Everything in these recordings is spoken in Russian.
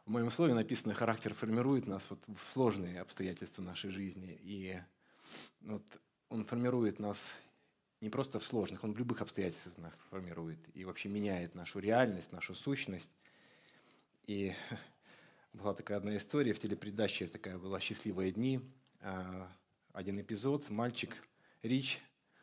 В моем слове написано: характер формирует нас вот в сложные обстоятельства нашей жизни. И вот он формирует нас не просто в сложных, он в любых обстоятельствах нас формирует и вообще меняет нашу реальность, нашу сущность. И была такая одна история в телепередаче, такая была «Счастливые дни». Один эпизод, мальчик Рич,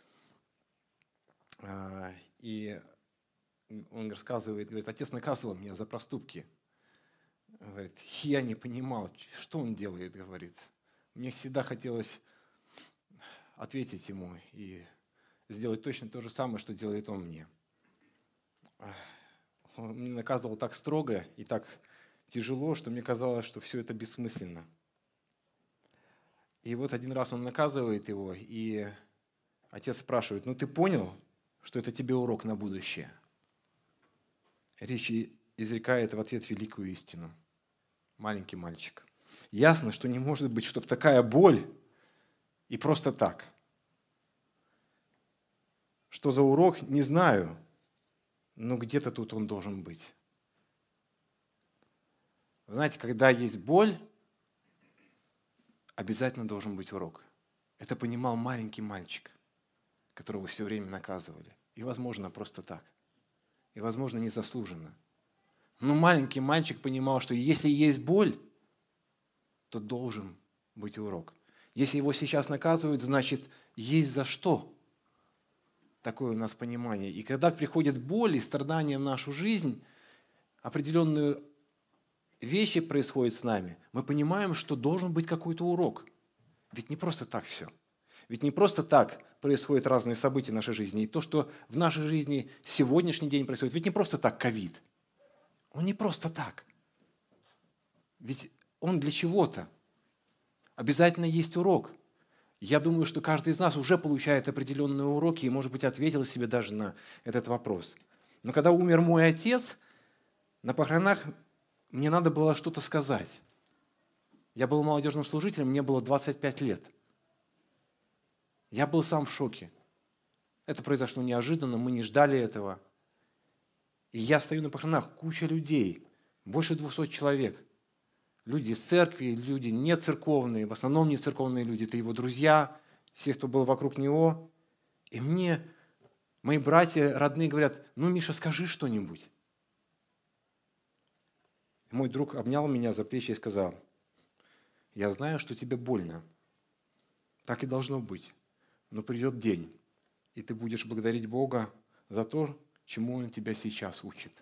и он рассказывает, говорит: отец наказывал меня за проступки. Говорит, я не понимал, что он делает, говорит. Мне всегда хотелось ответить ему и сделать точно то же самое, что делает он мне. Он меня наказывал так строго и так тяжело, что мне казалось, что все это бессмысленно. И вот один раз он наказывает его, и отец спрашивает: ну ты понял, что это тебе урок на будущее? Рич изрекает в ответ великую истину. Маленький мальчик. Ясно, что не может быть, чтобы такая боль и просто так. Что за урок, не знаю, но где-то тут он должен быть. Вы знаете, когда есть боль, обязательно должен быть урок. Это понимал маленький мальчик, которого все время наказывали. И, возможно, просто так. И, возможно, незаслуженно. Но маленький мальчик понимал, что если есть боль, то должен быть урок. Если его сейчас наказывают, значит, есть за что. Такое у нас понимание. И когда приходит боль и страдания в нашу жизнь, определенные вещи происходят с нами, мы понимаем, что должен быть какой-то урок. Ведь не просто так все. Ведь не просто так происходят разные события в нашей жизни. И то, что в нашей жизни сегодняшний день происходит, ведь не просто так ковид. Он не просто так. Ведь он для чего-то. Обязательно есть урок. Я думаю, что каждый из нас уже получает определенные уроки и, может быть, ответил себе даже на этот вопрос. Но когда умер мой отец, на похоронах мне надо было что-то сказать. Я был молодежным служителем, мне было 25 лет. Я был сам в шоке. Это произошло неожиданно, мы не ждали этого. И я стою на похоронах, куча людей, больше 200 человек. Люди из церкви, люди не церковные, в основном не церковные люди, это его друзья, все, кто был вокруг него. И мне мои братья родные говорят: ну, Миша, скажи что-нибудь. Мой друг обнял меня за плечи и сказал: я знаю, что тебе больно. Так и должно быть. Но придет день, и ты будешь благодарить Бога за то, чему Он тебя сейчас учит.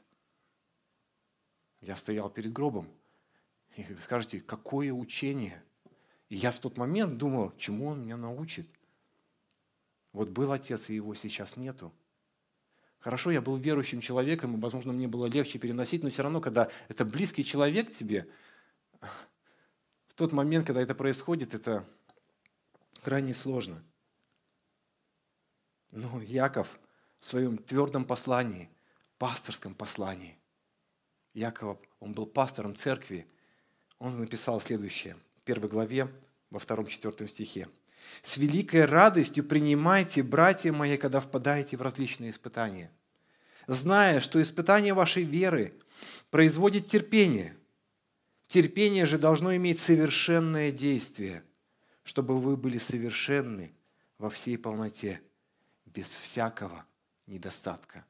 Я стоял перед гробом, и вы скажете: какое учение? И я в тот момент думал, чему Он меня научит. Вот был отец, и его сейчас нету. Хорошо, я был верующим человеком, и, возможно, мне было легче переносить, но все равно, когда это близкий человек тебе, в тот момент, когда это происходит, это крайне сложно. Но Яков в своем твердом послании, пасторском послании, Яков, он был пастором церкви, он написал следующее, в 1 главе, во 2-4 стихе. «С великой радостью принимайте, братья мои, когда впадаете в различные испытания, зная, что испытание вашей веры производит терпение. Терпение же должно иметь совершенное действие, чтобы вы были совершенны во всей полноте, без всякого недостатка».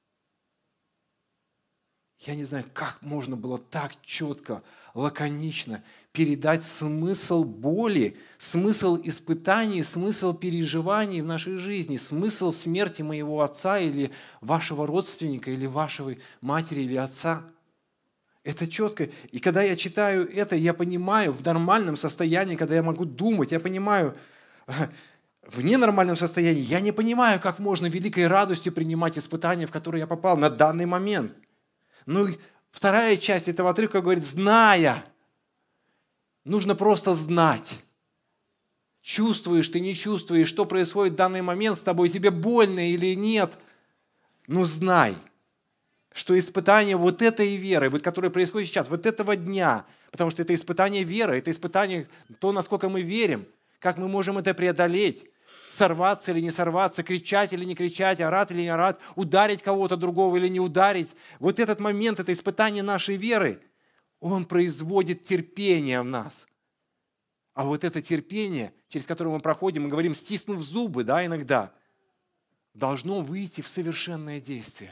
Я не знаю, как можно было так четко, лаконично передать смысл боли, смысл испытаний, смысл переживаний в нашей жизни, смысл смерти моего отца или вашего родственника, или вашей матери или отца. Это четко. И когда я читаю это, я понимаю в нормальном состоянии, когда я могу думать, я понимаю, в ненормальном состоянии, я не понимаю, как можно великой радостью принимать испытания, в которые я попал на данный момент. Ну, вторая часть этого отрывка говорит: зная. Нужно просто знать. Чувствуешь ты, не чувствуешь, что происходит в данный момент с тобой, тебе больно или нет. Но знай, что испытание вот этой веры, вот которое происходит сейчас, вот этого дня, потому что это испытание веры, это испытание то, насколько мы верим, как мы можем это преодолеть. Сорваться или не сорваться, кричать или не кричать, орать или не орать, ударить кого-то другого или не ударить. Вот этот момент, это испытание нашей веры, Он производит терпение в нас. А вот это терпение, через которое мы проходим, мы говорим, стиснув зубы, да, иногда, должно выйти в совершенное действие.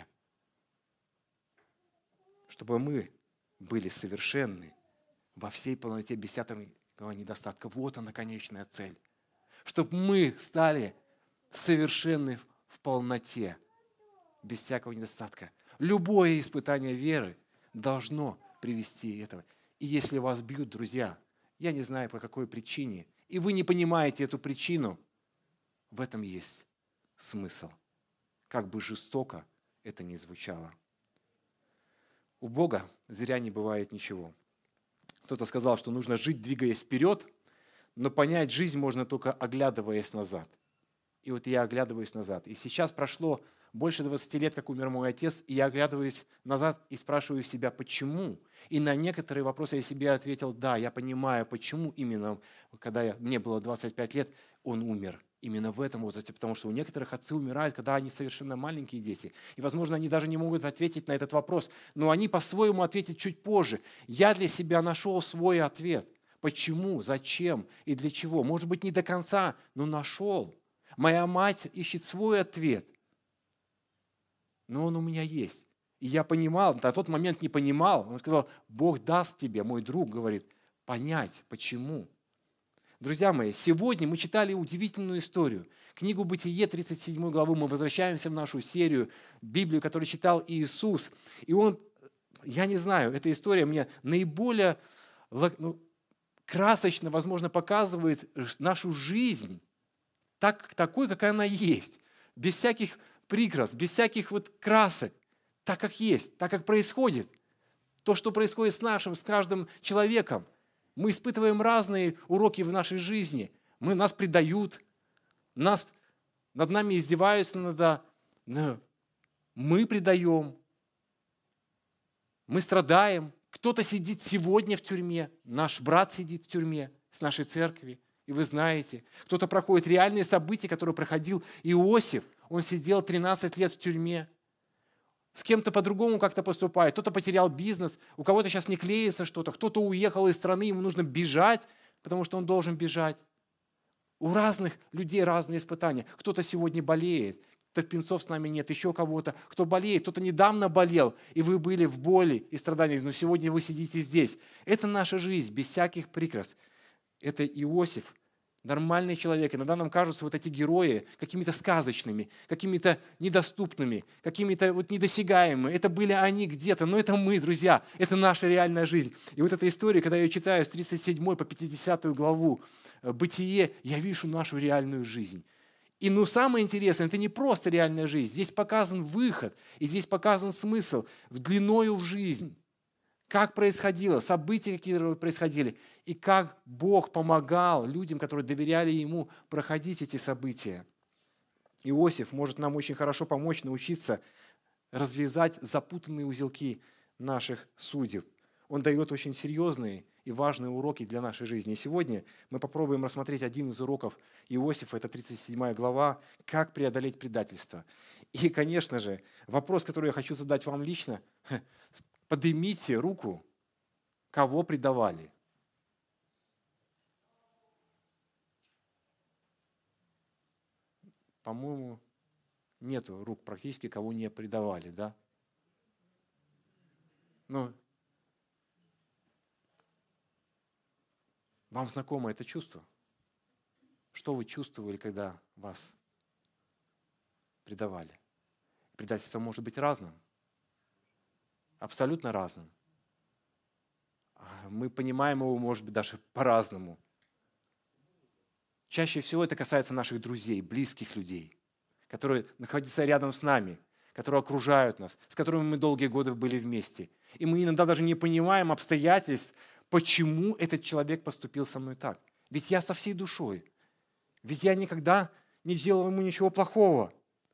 Чтобы мы были совершенны во всей полноте, без всякого недостатка. Вот она, конечная цель. Чтобы мы стали совершенны в полноте, без всякого недостатка. Любое испытание веры должно привести этого. И если вас бьют, друзья, я не знаю по какой причине, и вы не понимаете эту причину, в этом есть смысл. Как бы жестоко это ни звучало. У Бога зря не бывает ничего. Кто-то сказал, что нужно жить, двигаясь вперед, но понять жизнь можно только оглядываясь назад. И вот я оглядываюсь назад. И сейчас прошло больше 20 лет, как умер мой отец, и я оглядываюсь назад и спрашиваю себя, почему? И на некоторые вопросы я себе ответил, да, я понимаю, почему именно, когда мне было 25 лет, он умер. Именно в этом возрасте, потому что у некоторых отцы умирают, когда они совершенно маленькие дети. И, возможно, они даже не могут ответить на этот вопрос, но они по-своему ответят чуть позже. Я для себя нашел свой ответ. Почему, зачем и для чего? Может быть, не до конца, но нашел. Моя мать ищет свой ответ, но он у меня есть. И я понимал, на тот момент не понимал. Он сказал, Бог даст тебе, мой друг говорит, понять, почему. Друзья мои, сегодня мы читали удивительную историю. Книгу «Бытие», 37 главу, мы возвращаемся в нашу серию, Библию, которую читал Иисус. И он, я не знаю, эта история мне наиболее красочно, возможно, показывает нашу жизнь такой, какая она есть, без всяких прикрас, без всяких красок, так, как есть, так, как происходит. То, что происходит с каждым человеком. Мы испытываем разные уроки в нашей жизни. Нас предают, над нами издеваются иногда. Мы предаем, мы страдаем. Кто-то сидит сегодня в тюрьме, наш брат сидит в тюрьме с нашей церкви. И вы знаете, кто-то проходит реальные события, которые проходил Иосиф. Он сидел 13 лет в тюрьме. С кем-то по-другому как-то поступает. Кто-то потерял бизнес, у кого-то сейчас не клеится что-то, кто-то уехал из страны, ему нужно бежать, потому что он должен бежать. У разных людей разные испытания. Кто-то сегодня болеет, Торпинцов с нами нет, еще кого-то, кто болеет, кто-то недавно болел, и вы были в боли и страданиях, но сегодня вы сидите здесь. Это наша жизнь, без всяких прикрас. Это Иосиф, нормальный человек. Иногда нам кажутся эти герои какими-то сказочными, какими-то недоступными, какими-то недосягаемыми. Это были они где-то, но это мы, друзья. Это наша реальная жизнь. И вот эта история, когда я ее читаю с 37 по 50 главу «Бытие», я вижу нашу реальную жизнь. И самое интересное, это не просто реальная жизнь. Здесь показан выход, и здесь показан смысл в длиною в жизнь. Как происходило, события, какие происходили, и как Бог помогал людям, которые доверяли Ему, проходить эти события. Иосиф может нам очень хорошо помочь научиться развязать запутанные узелки наших судеб. Он дает очень серьезные и важные уроки для нашей жизни. И сегодня мы попробуем рассмотреть один из уроков Иосифа, это 37 глава, «Как преодолеть предательство». И, конечно же, вопрос, который я хочу задать вам лично, поднимите руку, кого предавали. По-моему, нету рук практически, кого не предавали, да? Но вам знакомо это чувство? Что вы чувствовали, когда вас предавали? Предательство может быть разным. Абсолютно разным. Мы понимаем его, может быть, даже по-разному. Чаще всего это касается наших друзей, близких людей, которые находятся рядом с нами, которые окружают нас, с которыми мы долгие годы были вместе. И мы иногда даже не понимаем обстоятельств, почему этот человек поступил со мной так. Ведь я со всей душой. Ведь я никогда не делал ему ничего плохого.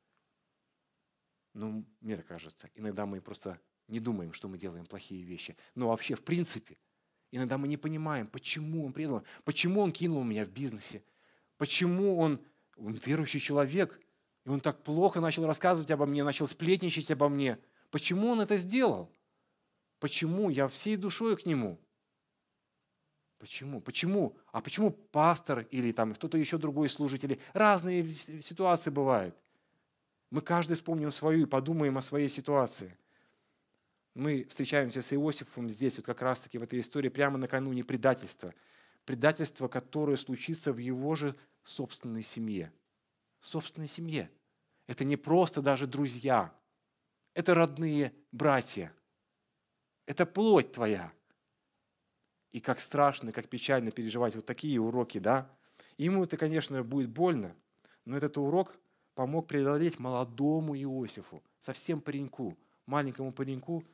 Ну, мне так кажется, иногда мы просто не думаем, что мы делаем плохие вещи. Но вообще, в принципе, иногда мы не понимаем, почему он предал, почему он кинул меня в бизнесе, почему он верующий человек, и он так плохо начал рассказывать обо мне, начал сплетничать обо мне. Почему он это сделал? Почему? Я всей душой к Нему. Почему? Почему? А почему пастор или там кто-то еще другой служитель? Разные ситуации бывают. Мы каждый вспомним свою и подумаем о своей ситуации. Мы встречаемся с Иосифом здесь, вот как раз-таки в этой истории, прямо накануне предательства. Предательство, которое случится в его же собственной семье. В собственной семье. Это не просто даже друзья. Это родные братья. Это плоть твоя. И как страшно, как печально переживать вот такие уроки, да? Ему это, конечно, будет больно, но этот урок помог преодолеть молодому Иосифу, совсем пареньку, маленькому пареньку,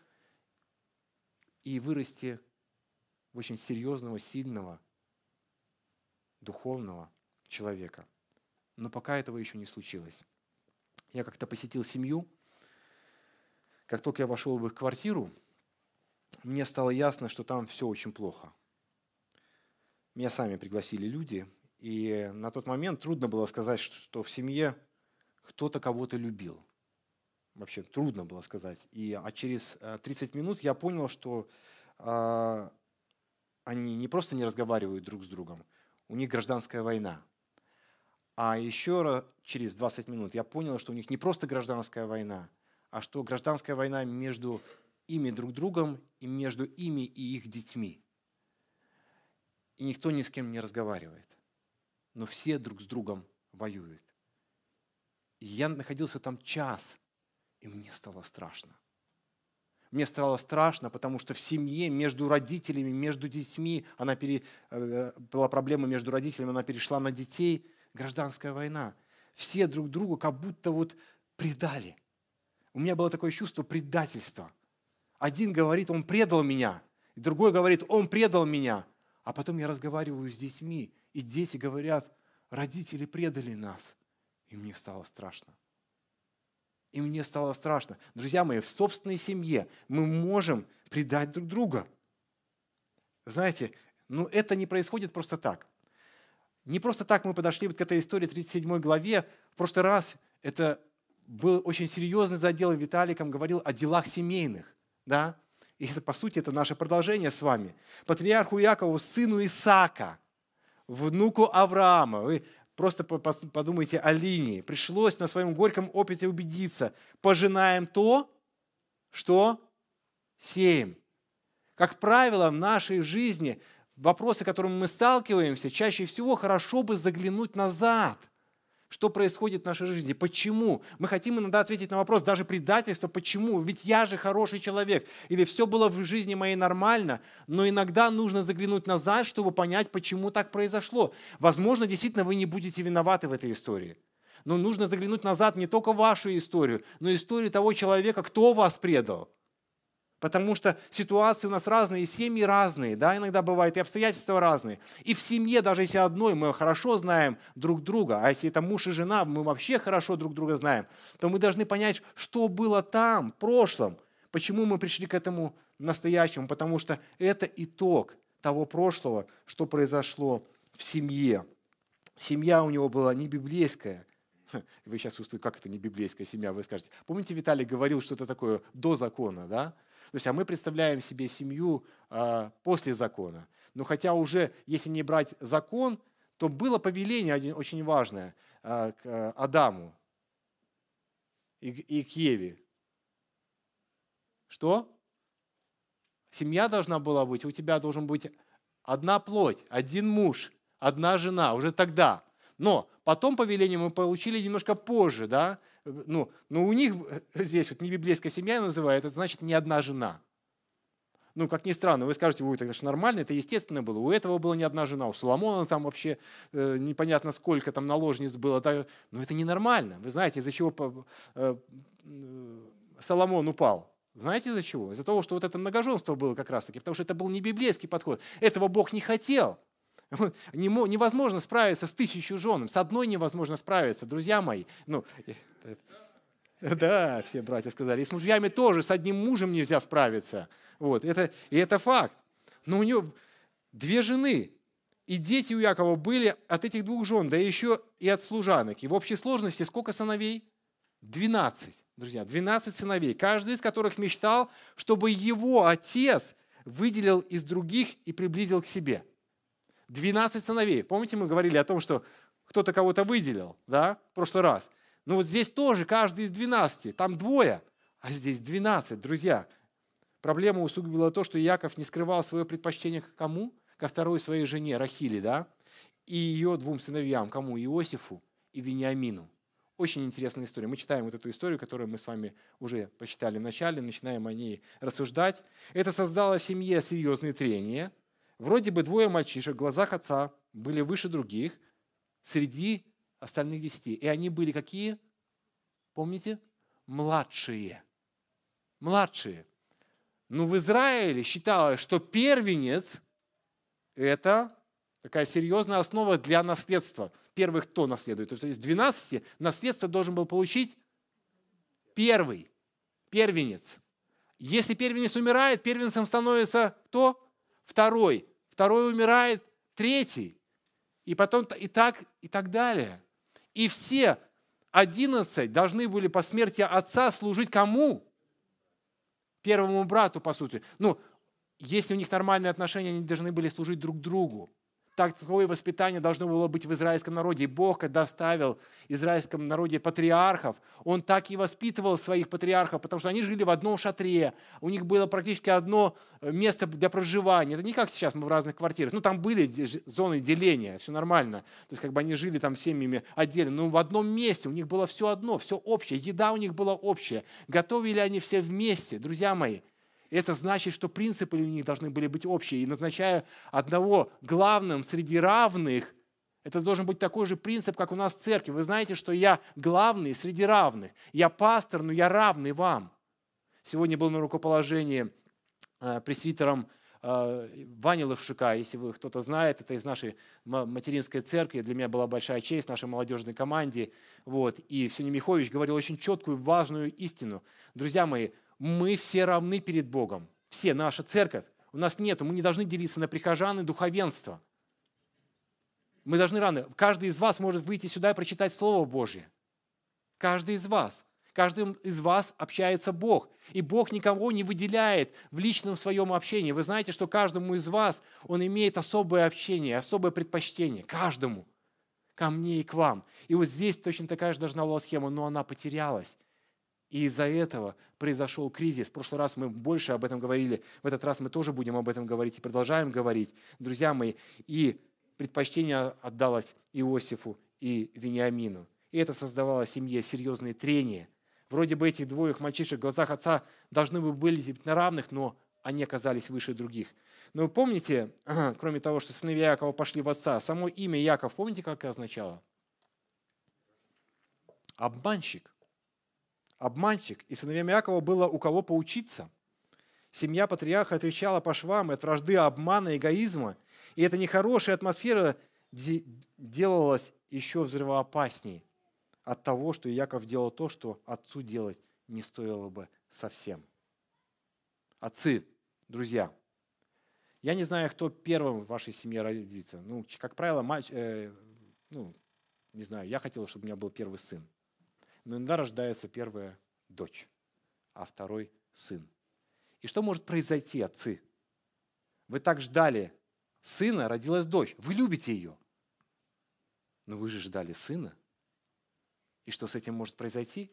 и вырасти в очень серьезного, сильного, духовного человека. Но пока этого еще не случилось. Я как-то посетил семью. Как только я вошел в их квартиру, мне стало ясно, что там все очень плохо. Меня сами пригласили люди, и на тот момент трудно было сказать, что в семье кто-то кого-то любил. Вообще трудно было сказать. А через 30 минут я понял, что они не просто не разговаривают друг с другом, у них гражданская война. А еще через 20 минут я понял, что у них не просто гражданская война, а что гражданская война между ими друг другом и между ими и их детьми. И никто ни с кем не разговаривает. Но все друг с другом воюют. И я находился там час, и мне стало страшно. Мне стало страшно, потому что в семье между родителями, между детьми, была проблема между родителями, она перешла на детей, гражданская война. Все друг друга как будто вот предали. У меня было такое чувство предательства. Один говорит, он предал меня, другой говорит, он предал меня. А потом я разговариваю с детьми, и дети говорят, родители предали нас. И мне стало страшно. И мне стало страшно. Друзья мои, в собственной семье мы можем предать друг друга. Знаете, это не происходит просто так. Не просто так мы подошли вот к этой истории 37 главе. В прошлый раз это был очень серьезный задел, Виталиком говорил о делах семейных. Да? И это, по сути, это наше продолжение с вами. Патриарху Иакову, сыну Исаака, внуку Авраама. Вы просто подумайте о линии. Пришлось на своем горьком опыте убедиться. Пожинаем то, что сеем. Как правило, в нашей жизни вопросы, с которыми мы сталкиваемся, чаще всего хорошо бы заглянуть назад. Что происходит в нашей жизни? Почему? Мы хотим иногда ответить на вопрос даже предательства. Почему? Ведь я же хороший человек. Или все было в жизни моей нормально. Но иногда нужно заглянуть назад, чтобы понять, почему так произошло. Возможно, действительно, вы не будете виноваты в этой истории. Но нужно заглянуть назад не только в вашу историю, но и историю того человека, кто вас предал. Потому что ситуации у нас разные, и семьи разные, да, иногда бывают, и обстоятельства разные. И в семье, даже если одной, мы хорошо знаем друг друга, а если это муж и жена, мы вообще хорошо друг друга знаем, то мы должны понять, что было там, в прошлом, почему мы пришли к этому настоящему, потому что это итог того прошлого, что произошло в семье. Семья у него была не библейская. Вы сейчас услышите, как это не библейская семья, вы скажете. Помните, Виталий говорил что-то такое до закона, да? То есть, а мы представляем себе семью после закона. Но хотя уже, если не брать закон, то было повеление очень важное к Адаму и к Еве. Что? Семья должна была быть, у тебя должен быть одна плоть, один муж, одна жена, уже тогда. Но потом повеление мы получили немножко позже, да? Но у них здесь вот не библейская семья называют, это значит не одна жена. Как ни странно, вы скажете, ой, это же нормально, это естественно было. У этого была не одна жена, у Соломона там вообще непонятно сколько там наложниц было. Но это ненормально. Вы знаете, из-за чего Соломон упал? Знаете из-за чего? Из-за того, что вот это многоженство было как раз-таки, потому что это был не библейский подход. Этого Бог не хотел. Невозможно справиться с 1000 жен, с одной невозможно справиться, друзья мои. Да, все братья сказали. И с мужьями тоже, с одним мужем нельзя справиться. И это факт. Но у него 2 жены, и дети у Якова были от этих 2 жен, да еще и от служанок. И в общей сложности сколько сыновей? 12, друзья, 12 сыновей, каждый из которых мечтал, чтобы его отец выделил из других и приблизил к себе. 12 сыновей. Помните, мы говорили о том, что кто-то кого-то выделил, да, в прошлый раз? Ну вот здесь тоже каждый из 12, там двое, а здесь 12, друзья. Проблема усугубила то, что Иаков не скрывал свое предпочтение к кому? Ко второй своей жене Рахиле, да, и ее двум сыновьям, кому? Иосифу и Вениамину. Очень интересная история. Мы читаем вот эту историю, которую мы с вами уже прочитали в начале, начинаем о ней рассуждать. Это создало в семье серьезные трения. Вроде бы двое мальчишек в глазах отца были выше других среди остальных 10. И они были какие? Помните? Младшие. Младшие. Но в Израиле считалось, что первенец – это такая серьезная основа для наследства. Первых кто наследует? То есть из 12 наследство должен был получить первый, первенец. Если первенец умирает, первенцем становится кто? Второй. Второй умирает, третий. И потом и так далее. И все 11 должны были по смерти отца служить кому? Первому брату, по сути. Ну, если у них нормальные отношения, они должны были служить друг другу. Такое воспитание должно было быть в израильском народе. И Бог, когда ставил в израильском народе патриархов, Он так и воспитывал своих патриархов, потому что они жили в одном шатре, у них было практически одно место для проживания. Это не как сейчас мы в разных квартирах. Ну, там были зоны деления, все нормально. То есть, как бы они жили там семьями отдельно, но в одном месте у них было все одно, все общее. Еда у них была общая. Готовили они все вместе, друзья мои. Это значит, что принципы у них должны были быть общие. И назначая одного главным среди равных, это должен быть такой же принцип, как у нас в церкви. Вы знаете, что я главный среди равных. Я пастор, но я равный вам. Сегодня был на рукоположении пресвитером Вани Левшика, если вы кто-то знает, это из нашей материнской церкви. Для меня была большая честь в нашей молодежной команде. Вот. И Сеня Михович говорил очень четкую, важную истину. Друзья мои, мы все равны перед Богом. Все, наша церковь. У нас нету, мы не должны делиться на прихожан и духовенство. Мы должны равны. Каждый из вас может выйти сюда и прочитать Слово Божье. Каждый из вас. Каждым из вас общается Бог. И Бог никого не выделяет в личном своем общении. Вы знаете, что каждому из вас Он имеет особое общение, особое предпочтение. Каждому. Ко мне и к вам. И вот здесь точно такая же должна была схема, но она потерялась. И из-за этого произошел кризис. В прошлый раз мы больше об этом говорили, в этот раз мы тоже будем об этом говорить и продолжаем говорить. Друзья мои, и предпочтение отдалось Иосифу и Вениамину. И это создавало в семье серьезные трения. Вроде бы этих двоих мальчишек в глазах отца должны были быть на равных, но они оказались выше других. Но вы помните, кроме того, что сыновья Якова пошли в отца, само имя Яков, помните, как означало? Обманщик. Обманщик. И сыновьям Иакова было у кого поучиться. Семья патриарха отличала по швам от вражды, обмана, эгоизма. И эта нехорошая атмосфера делалась еще взрывоопасней от того, что Иаков делал то, что отцу делать не стоило бы совсем. Отцы, друзья, я не знаю, кто первым в вашей семье родится. Ну, как правило, не знаю, я хотел, чтобы у меня был первый сын. Но иногда рождается первая дочь, а второй сын. И что может произойти, отцы? Вы так ждали сына, родилась дочь. Вы любите ее. Но вы же ждали сына. И что с этим может произойти?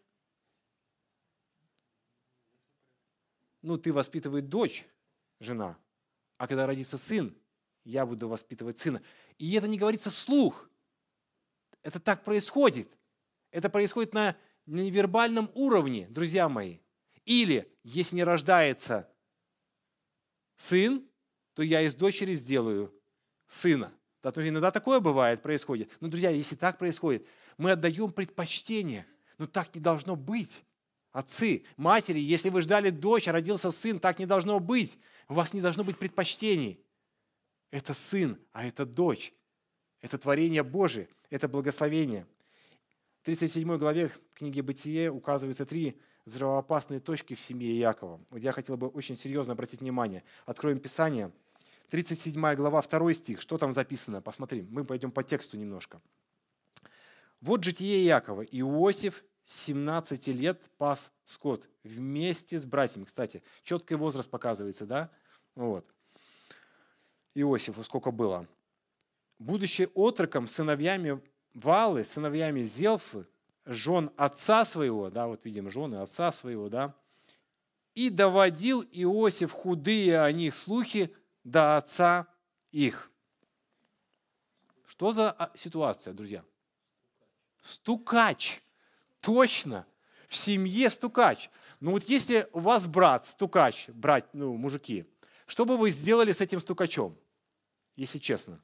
Ну, ты воспитываешь дочь, жена, а когда родится сын, я буду воспитывать сына. И это не говорится вслух. Это так происходит. Это происходит на невербальном уровне, друзья мои. Или, если не рождается сын, то я из дочери сделаю сына. Да, то иногда такое бывает, происходит. Но, друзья, если так происходит, мы отдаем предпочтение. Но так не должно быть. Отцы, матери, если вы ждали дочь, а родился сын, так не должно быть. У вас не должно быть предпочтений. Это сын, а это дочь. Это творение Божие, это благословение. В 37 главе книги «Бытие» указываются 3 взрывоопасные точки в семье Иакова. Вот я хотел бы очень серьезно обратить внимание. Откроем Писание. 37 глава, 2 стих. Что там записано? Посмотрим. Мы пойдем по тексту немножко. «Вот житие Иакова. Иосиф 17 лет пас скот вместе с братьями. Кстати, четкий возраст показывается, да? Вот. Иосифу сколько было. Будучи отроком, сыновьями Валы, сыновьями Зелфы, жен отца своего, да, вот видим, жены отца своего, да, и доводил Иосиф худые о них слухи до отца их. Что за ситуация, друзья? Стукач. Точно. В семье стукач. Ну вот если у вас брат стукач, мужики, что бы вы сделали с этим стукачом, если честно?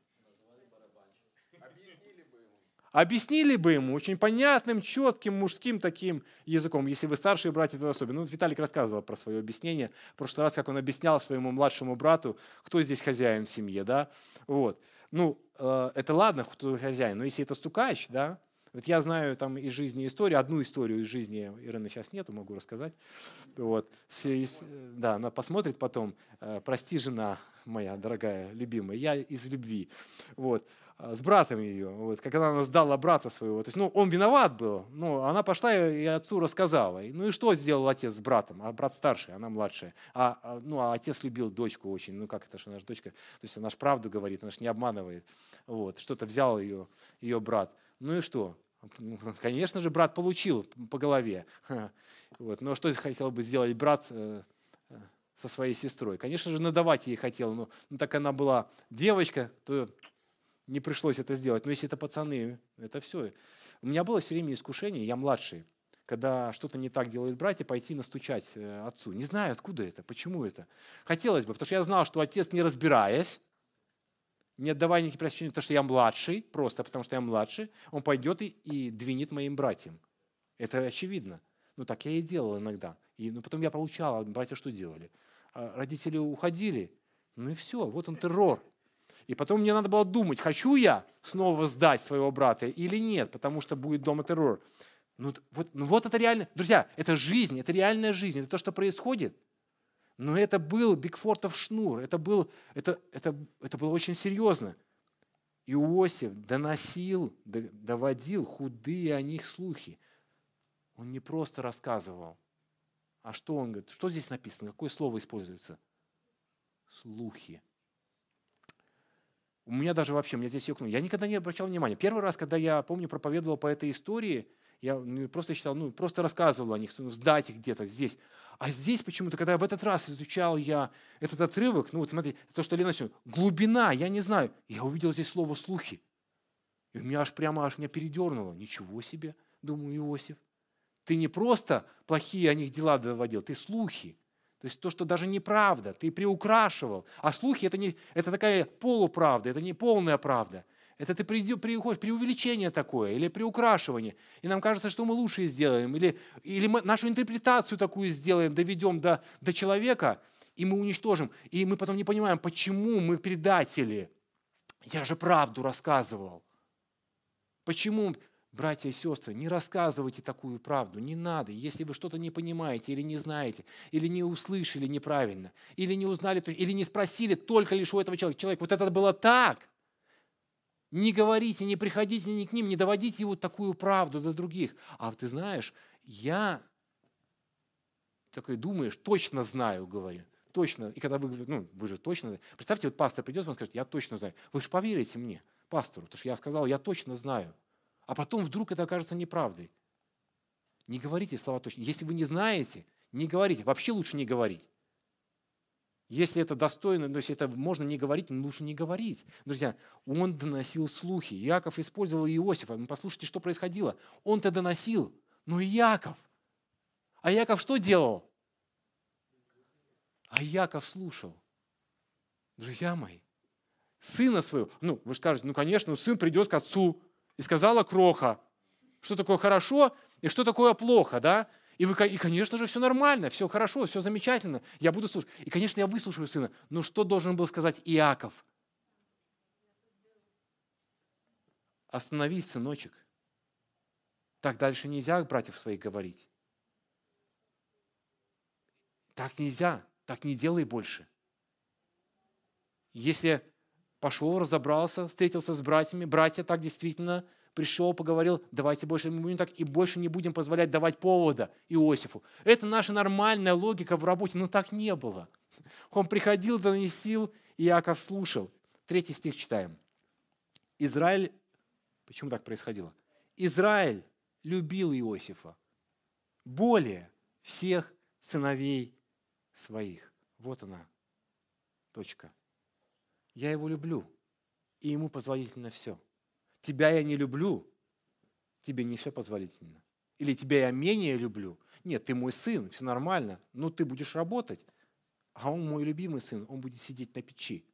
Объяснили бы ему очень понятным, четким, мужским таким языком, если вы старшие братья, то особенно. Ну, Виталик рассказывал про свое объяснение, в прошлый раз, как он объяснял своему младшему брату, кто здесь хозяин в семье, да, вот. Ну, это ладно, кто хозяин, но если это стукач, да, вот я знаю там из жизни историю, одну историю из жизни Ирины сейчас нету, могу рассказать, вот, да, она посмотрит потом, прости, жена моя дорогая, любимая, я из любви, вот, с братом ее, вот, когда она сдала брата своего, то есть, ну, он виноват был, но она пошла и отцу рассказала. Ну и что сделал отец с братом? А брат старший, она младшая. А отец любил дочку очень, ну как это, что наша дочка, то есть она же правду говорит, она же не обманывает. Вот, что-то взял ее брат. Ну и что? Конечно же, брат получил по голове. Вот. Но что хотел бы сделать брат со своей сестрой? Конечно же, надавать ей хотел, но так она была девочка, то не пришлось это сделать. Но если это пацаны, это все. У меня было все время искушение, я младший, когда что-то не так делают братья, пойти настучать отцу. Не знаю, откуда это, почему это. Хотелось бы, потому что я знал, что отец, не разбираясь, не отдавая никаких прощения, потому что я младший, просто потому что я младший, он пойдет и двинет моим братьям. Это очевидно. Ну, так я и делал иногда. Потом я получал, а братья что делали? Родители уходили, ну и все, вот он террор. И потом мне надо было думать, хочу я снова сдать своего брата или нет, потому что будет дома террор. Вот это реально, друзья, это жизнь, это реальная жизнь, это то, что происходит. Но это был Бигфортов шнур, это было очень серьезно. Иосиф доводил худые о них слухи. Он не просто рассказывал, а что он говорит? Что здесь написано? Какое слово используется? Слухи. У меня здесь ёкнуло. Я никогда не обращал внимания. Первый раз, когда я, помню, проповедовал по этой истории, я просто читал, просто рассказывал о них, сдать их где-то здесь. А здесь почему-то, когда в этот раз изучал я этот отрывок, смотри, то, что Лена сегодня, глубина, я не знаю, я увидел здесь слово «слухи». И у меня аж меня передернуло. Ничего себе, думаю, Иосиф. Ты не просто плохие о них дела доводил, ты слухи. То есть то, что даже неправда, ты приукрашивал. А слухи это такая полуправда, это не полная правда. Это ты приходишь, преувеличение такое или приукрашивание. И нам кажется, что мы лучше сделаем. Или мы нашу интерпретацию такую сделаем, доведем до человека, и мы уничтожим. И мы потом не понимаем, почему мы предатели. Я же правду рассказывал. Почему? Братья и сестры, не рассказывайте такую правду, не надо. Если вы что-то не понимаете или не знаете, или не услышали неправильно, или не узнали, или не спросили только лишь у этого человека, вот это было так. Не говорите, не приходите ни к ним, не доводите вот такую правду до других. А ты знаешь, я такой думаешь, точно знаю, говорю. Точно. И когда вы же точно, представьте, вот пастор придет, он скажет, я точно знаю. Вы же поверите мне, пастору, потому что я сказал, я точно знаю. А потом вдруг это окажется неправдой. Не говорите слова точно. Если вы не знаете, не говорите. Вообще лучше не говорить. Если это достойно, то есть это можно не говорить, но лучше не говорить. Друзья, он доносил слухи. Иаков использовал Иосифа. Послушайте, что происходило. Он-то доносил, но и Иаков. А Иаков что делал? А Иаков слушал. Друзья мои, сына своего, вы скажете, конечно, сын придет к отцу. И сказала кроха, что такое хорошо и что такое плохо, да? И, конечно же, все нормально, все хорошо, все замечательно. Я буду слушать. И, конечно, я выслушаю сына. Но что должен был сказать Иаков? Остановись, сыночек. Так дальше нельзя братьев своих говорить. Так нельзя, так не делай больше. Если пошел, разобрался, встретился с братьями, братья так действительно пришел, поговорил, давайте больше не будем так, и больше не будем позволять давать повода Иосифу. Это наша нормальная логика в работе, но так не было. Он приходил, доносил, и Иаков слушал. 3 стих читаем. Израиль, почему так происходило? Израиль любил Иосифа более всех сыновей своих. Вот она, точка. Я его люблю, и ему позволительно все. Тебя я не люблю, тебе не все позволительно. Или тебя я менее люблю. Нет, ты мой сын, все нормально, но ты будешь работать. А он мой любимый сын, он будет сидеть на печи.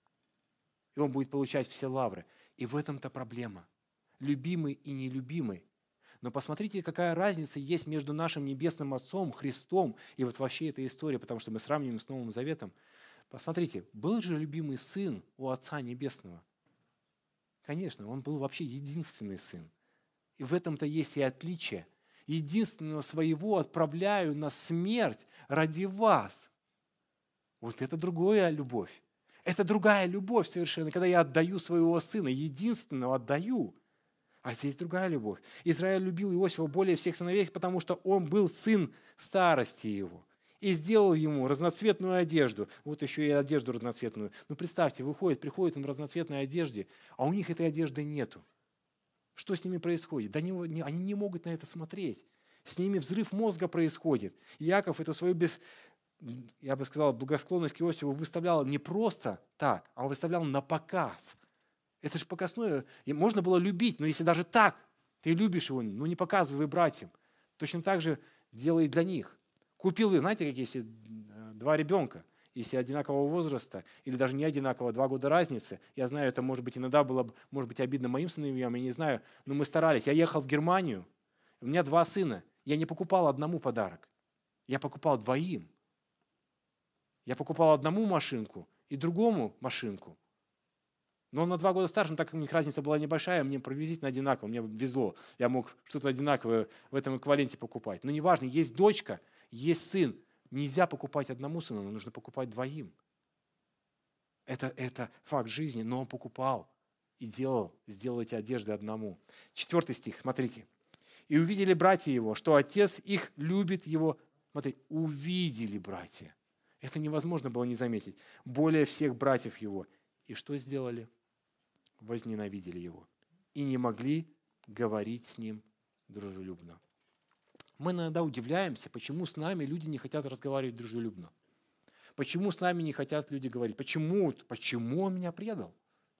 И он будет получать все лавры. И в этом-то проблема. Любимый и нелюбимый. Но посмотрите, какая разница есть между нашим Небесным Отцом, Христом и вот вообще этой историей, потому что мы сравниваем с Новым Заветом. Посмотрите, был же любимый сын у Отца Небесного. Конечно, он был вообще единственный сын. И в этом-то есть и отличие. Единственного своего отправляю на смерть ради вас. Вот это другая любовь. Это другая любовь совершенно, когда я отдаю своего сына, единственного отдаю. А здесь другая любовь. Израиль любил Иосифа более всех сыновей, потому что он был сын старости его. И сделал ему разноцветную одежду. Вот еще и одежду разноцветную. Ну представьте, приходит он в разноцветной одежде, а у них этой одежды нету. Что с ними происходит? Да они не могут на это смотреть. С ними взрыв мозга происходит. Иаков это свою я бы сказал, благосклонность к Иосифу выставлял не просто так, а он выставлял на показ. Это же показное. И можно было любить, но если даже так ты любишь его, ну не показывай братьям. Точно так же делай и для них. Купил, знаете, как если 2 ребенка, если одинакового возраста, или даже не одинакового, 2 года разницы. Я знаю, это может быть иногда было, может быть, обидно моим сыновьям, я не знаю, но мы старались. Я ехал в Германию, у меня 2 сына. Я не покупал одному подарок, я покупал 2. Я покупал одному машинку и другому машинку. Но он на 2 года старше, но так как у них разница была небольшая, мне приблизительно одинаково, мне везло. Я мог что-то одинаковое в этом эквиваленте покупать. Но неважно, есть дочка, есть сын. Нельзя покупать одному сыну, но нужно покупать 2. Это факт жизни, но он покупал и сделал эти одежды одному. 4 стих, смотрите. «И увидели братья его, что отец их любит его». Смотри, увидели братья. Это невозможно было не заметить. Более всех братьев его. И что сделали? Возненавидели его. И не могли говорить с ним дружелюбно. Мы иногда удивляемся, почему с нами люди не хотят разговаривать дружелюбно. Почему с нами не хотят люди говорить? Почему он меня предал?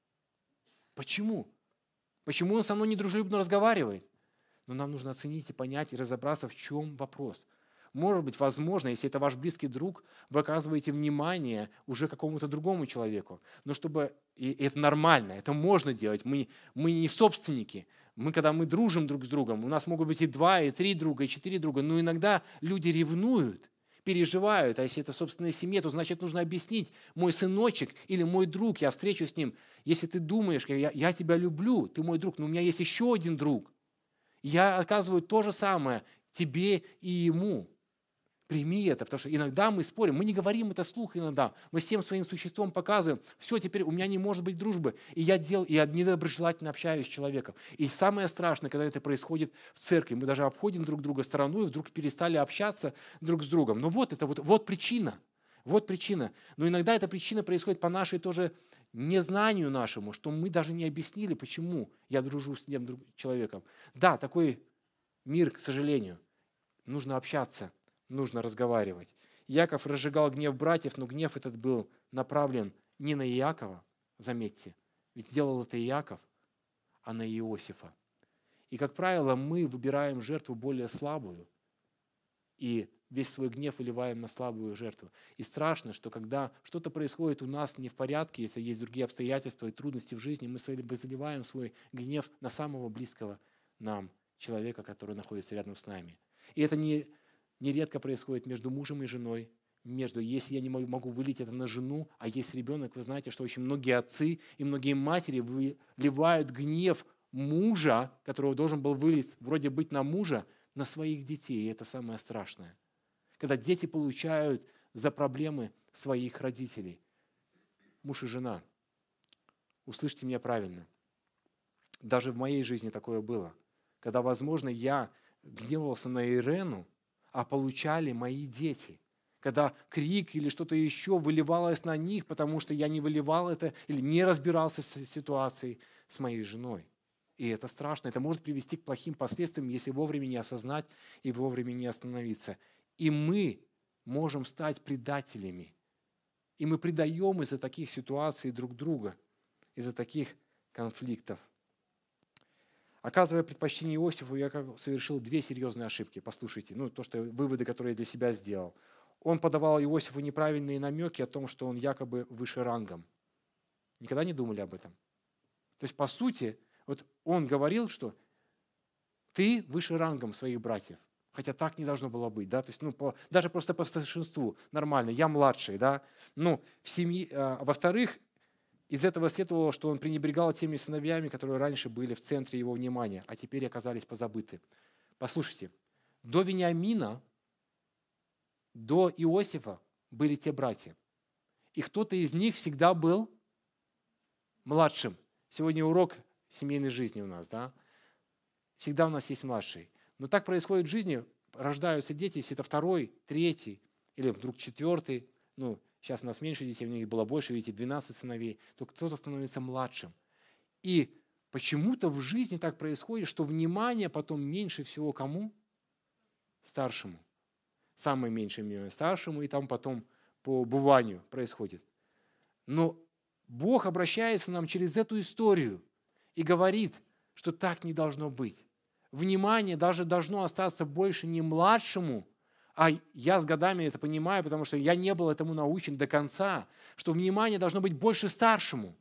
Почему? Почему он со мной недружелюбно разговаривает? Но нам нужно оценить и понять, и разобраться, в чем вопрос. Может быть, возможно, если это ваш близкий друг, вы оказываете внимание уже какому-то другому человеку. Но чтобы, и это нормально, это можно делать. Мы не собственники. Когда мы дружим друг с другом, у нас могут быть и 2, и 3 друга, и 4 друга, но иногда люди ревнуют, переживают. А если это в собственной семье, то значит нужно объяснить: мой сыночек или мой друг, я встречусь с ним. Если ты думаешь, я тебя люблю, ты мой друг, но у меня есть еще один друг. Я оказываю то же самое тебе и ему. Прими это, потому что иногда мы спорим, мы не говорим это вслух иногда, мы всем своим существом показываем: все, теперь у меня не может быть дружбы, и я недоброжелательно общаюсь с человеком. И самое страшное, когда это происходит в церкви, мы даже обходим друг друга стороной, вдруг перестали общаться друг с другом. Но вот причина, вот причина. Но иногда эта причина происходит по нашей тоже незнанию нашему, что мы даже не объяснили, почему я дружу с тем человеком. Да, такой мир, к сожалению. Нужно общаться. Нужно разговаривать. Иаков разжигал гнев братьев, но гнев этот был направлен не на Иакова, заметьте, ведь делал это Иаков, а на Иосифа. И, как правило, мы выбираем жертву более слабую и весь свой гнев выливаем на слабую жертву. И страшно, что когда что-то происходит у нас не в порядке, если есть другие обстоятельства и трудности в жизни, мы заливаем свой гнев на самого близкого нам человека, который находится рядом с нами. И это нередко происходит между мужем и женой, если я не могу вылить это на жену, а есть ребенок, вы знаете, что очень многие отцы и многие матери выливают гнев мужа, которого должен был вылить, вроде быть на мужа, на своих детей. И это самое страшное. Когда дети получают за проблемы своих родителей. Муж и жена, услышьте меня правильно. Даже в моей жизни такое было, когда, возможно, я гневался на Ирену, а получали мои дети. Когда крик или что-то еще выливалось на них, потому что я не выливал это или не разбирался с ситуацией с моей женой. И это страшно. Это может привести к плохим последствиям, если вовремя не осознать и вовремя не остановиться. И мы можем стать предателями. И мы предаем из-за таких ситуаций друг друга, из-за таких конфликтов. Оказывая предпочтение Иосифу, Яков совершил две серьезные ошибки. Послушайте, выводы, которые я для себя сделал. Он подавал Иосифу неправильные намеки о том, что он якобы выше рангом. Никогда не думали об этом? То есть, по сути, вот он говорил, что ты выше рангом своих братьев. Хотя так не должно было быть, да, то есть, даже просто по старшинству нормально, я младший, да. В семье, во-вторых, из этого следовало, что он пренебрегал теми сыновьями, которые раньше были в центре его внимания, а теперь оказались позабыты. Послушайте, до Вениамина, до Иосифа были те братья. И кто-то из них всегда был младшим. Сегодня урок семейной жизни у нас, да? Всегда у нас есть младший. Но так происходит в жизни, рождаются дети, если это второй, третий или вдруг четвертый, сейчас у нас меньше детей, у них было больше, видите, 12 сыновей, то кто-то становится младшим. И почему-то в жизни так происходит, что внимание потом меньше всего кому? Старшему. Самое меньшее внимание старшему, и там потом по быванию происходит. Но Бог обращается нам через эту историю и говорит, что так не должно быть. Внимание даже должно остаться больше не младшему, а я с годами это понимаю, потому что я не был этому научен до конца, что внимание должно быть больше старшему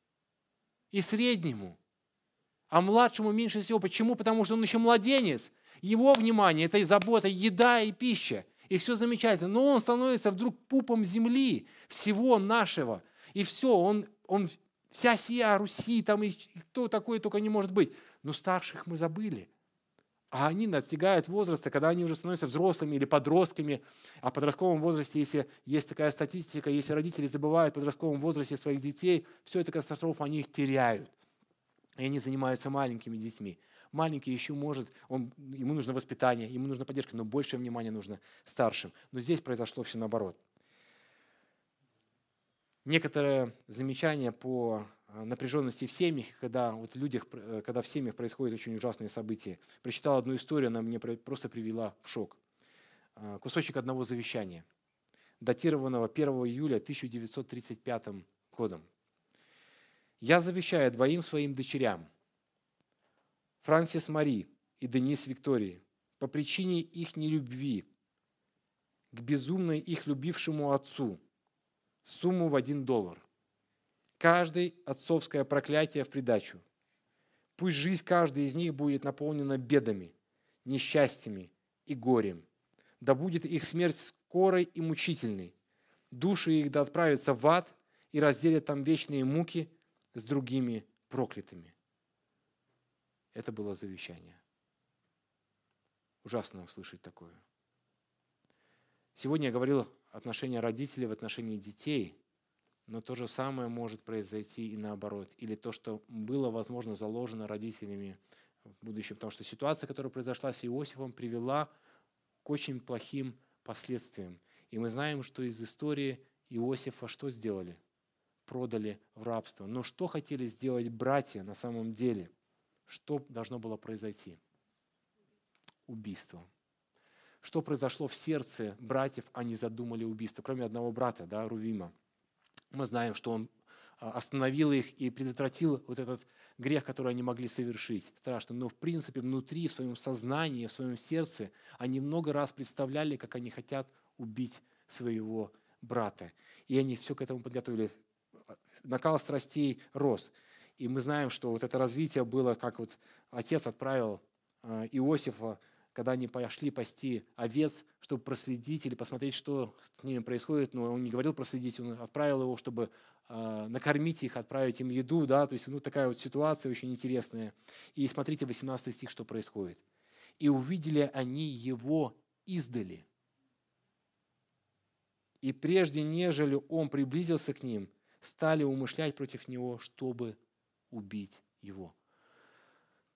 и среднему, а младшему меньше всего. Почему? Потому что он еще младенец. Его внимание – это и забота, еда и пища. И все замечательно. Но он становится вдруг пупом земли, всего нашего. И все, он вся сия Руси, там и кто такой только не может быть. Но старших мы забыли. А они достигают возраста, когда они уже становятся взрослыми или подростками. А в подростковом возрасте, если есть такая статистика, если родители забывают в подростковом возрасте своих детей, все это катастрофа, они их теряют. И они занимаются маленькими детьми. Маленький еще может, ему нужно воспитание, ему нужна поддержка, но больше внимания нужно старшим. Но здесь произошло все наоборот. Некоторые замечания по напряженности в семьях, когда в семьях происходят очень ужасные события. Прочитал одну историю, она меня просто привела в шок. Кусочек одного завещания, датированного 1 июля 1935 годом. «Я завещаю двоим своим дочерям, Франсис Мари и Денис Виктории, по причине их нелюбви к безумно их любившему отцу, сумму в $1. Каждый отцовское проклятие в придачу. Пусть жизнь каждой из них будет наполнена бедами, несчастьями и горем. Да будет их смерть скорой и мучительной. Души их да отправятся в ад и разделят там вечные муки с другими проклятыми». Это было завещание. Ужасно услышать такое. Сегодня я говорил отношения родителей в отношении детей, но то же самое может произойти и наоборот. Или то, что было, возможно, заложено родителями в будущем. Потому что ситуация, которая произошла с Иосифом, привела к очень плохим последствиям. И мы знаем, что из истории Иосифа что сделали? Продали в рабство. Но что хотели сделать братья на самом деле? Что должно было произойти? Убийство. Что произошло в сердце братьев, они задумали убийство, кроме одного брата, Рувима. Мы знаем, что он остановил их и предотвратил вот этот грех, который они могли совершить. Страшно. Но в принципе внутри, в своем сознании, в своем сердце они много раз представляли, как они хотят убить своего брата. И они все к этому подготовили. Накал страстей рос. И мы знаем, что вот это развитие было, как вот отец отправил Иосифа, когда они пошли пасти овец, чтобы проследить или посмотреть, что с ними происходит. Но он не говорил проследить, он отправил его, чтобы накормить их, отправить им еду. То есть такая вот ситуация очень интересная. И смотрите, 18 стих, что происходит. «И увидели они его издали. И прежде, нежели он приблизился к ним, стали умышлять против него, чтобы убить его».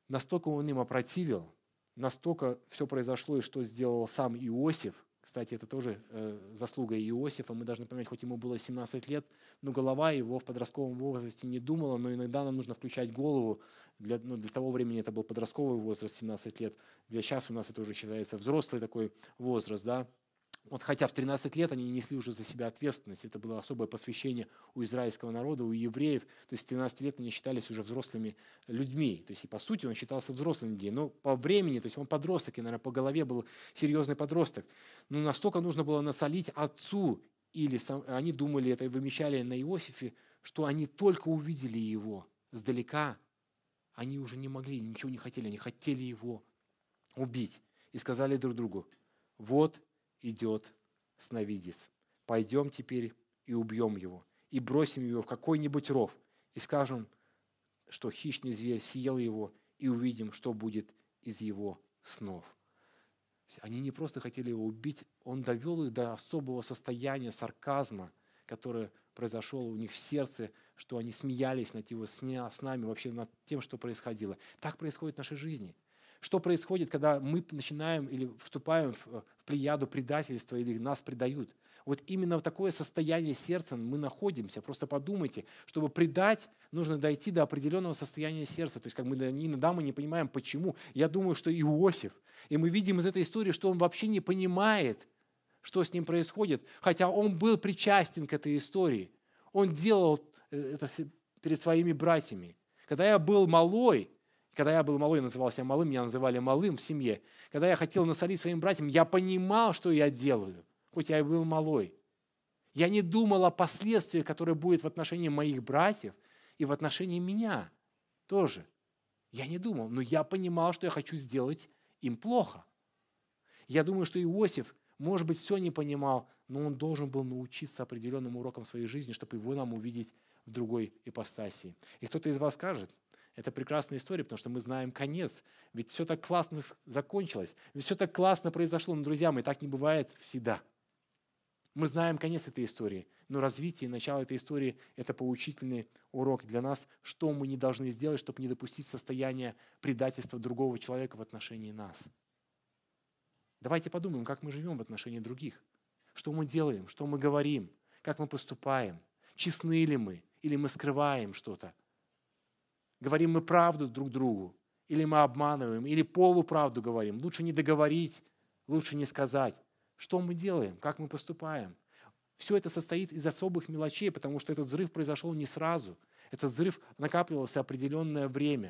Настолько он им опротивил, настолько все произошло, и что сделал сам Иосиф. Кстати, это тоже заслуга Иосифа. Мы должны понимать, хоть ему было 17 лет, но голова его в подростковом возрасте не думала, но иногда нам нужно включать голову. Для того времени это был подростковый возраст, 17 лет. Для сейчас у нас это уже считается взрослый такой возраст, да. Вот хотя в 13 лет они несли уже за себя ответственность. Это было особое посвящение у израильского народа, у евреев. То есть в 13 лет они считались уже взрослыми людьми. То есть и по сути он считался взрослым людьми. Но по времени, то есть он подросток, и, наверное, по голове был серьезный подросток. Но настолько нужно было насолить отцу, или они думали это и вымещали на Иосифе, что они только увидели его сдалека, они уже не могли, ничего не хотели, они хотели его убить. И сказали друг другу: вот идет сновидец. Пойдем теперь и убьем его, и бросим его в какой-нибудь ров, и скажем, что хищный зверь съел его, и увидим, что будет из его снов. Они не просто хотели его убить, он довел их до особого состояния сарказма, которое произошло у них в сердце, что они смеялись над его снами, вообще над тем, что происходило. Так происходит в нашей жизни. Что происходит, когда мы начинаем или вступаем в плеяду предательства, или нас предают? Вот именно в такое состояние сердца мы находимся. Просто подумайте, чтобы предать, нужно дойти до определенного состояния сердца. То есть как мы иногда мы не понимаем, почему. Я думаю, что Иосиф, и мы видим из этой истории, что он вообще не понимает, что с ним происходит, хотя он был причастен к этой истории. Он делал это перед своими братьями. Когда я был малой, называл себя малым, меня называли малым в семье. Когда я хотел насолить своим братьям, я понимал, что я делаю, хоть я и был малой. Я не думал о последствиях, которые будут в отношении моих братьев и в отношении меня тоже. Я не думал, но я понимал, что я хочу сделать им плохо. Я думаю, что Иосиф, может быть, все не понимал, но он должен был научиться определенным урокам в своей жизни, чтобы его нам увидеть в другой ипостаси. И кто-то из вас скажет: это прекрасная история, потому что мы знаем конец. Ведь все так классно закончилось. Ведь все так классно произошло. Но, друзья мои, так не бывает всегда. Мы знаем конец этой истории. Но развитие, начало этой истории – это поучительный урок для нас, что мы не должны сделать, чтобы не допустить состояния предательства другого человека в отношении нас. Давайте подумаем, как мы живем в отношении других. Что мы делаем, что мы говорим, как мы поступаем. Честны ли мы, или мы скрываем что-то. Говорим мы правду друг другу, или мы обманываем, или полуправду говорим. Лучше не договорить, лучше не сказать. Что мы делаем, как мы поступаем. Все это состоит из особых мелочей, потому что этот взрыв произошел не сразу. Этот взрыв накапливался определенное время.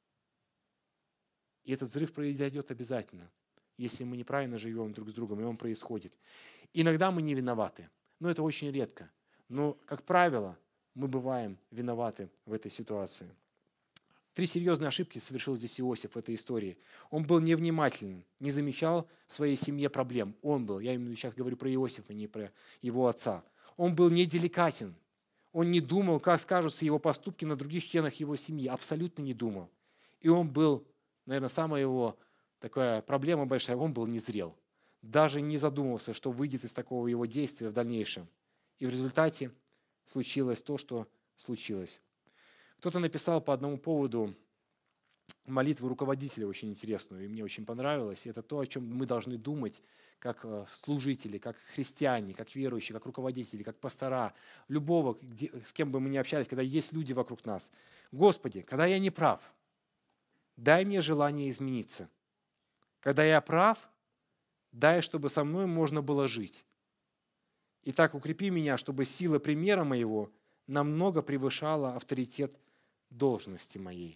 И этот взрыв произойдет обязательно, если мы неправильно живем друг с другом, и он происходит. Иногда мы не виноваты, но это очень редко. Но, как правило, мы бываем виноваты в этой ситуации. 3 серьезные ошибки совершил здесь Иосиф в этой истории. Он был невнимательным, не замечал в своей семье проблем. Я именно сейчас говорю про Иосифа, не про его отца. Он был неделикатен. Он не думал, как скажутся его поступки на других членах его семьи. Абсолютно не думал. И он был, наверное, самая его такая проблема большая, он был незрел. Даже не задумывался, что выйдет из такого его действия в дальнейшем. И в результате случилось то, что случилось. Кто-то написал по одному поводу молитву руководителя очень интересную, и мне очень понравилось. И это то, о чем мы должны думать как служители, как христиане, как верующие, как руководители, как пастора, любого, с кем бы мы ни общались, когда есть люди вокруг нас. Господи, когда я не прав, дай мне желание измениться. Когда я прав, дай, чтобы со мной можно было жить. Итак, укрепи меня, чтобы сила примера моего намного превышала авторитет должности моей.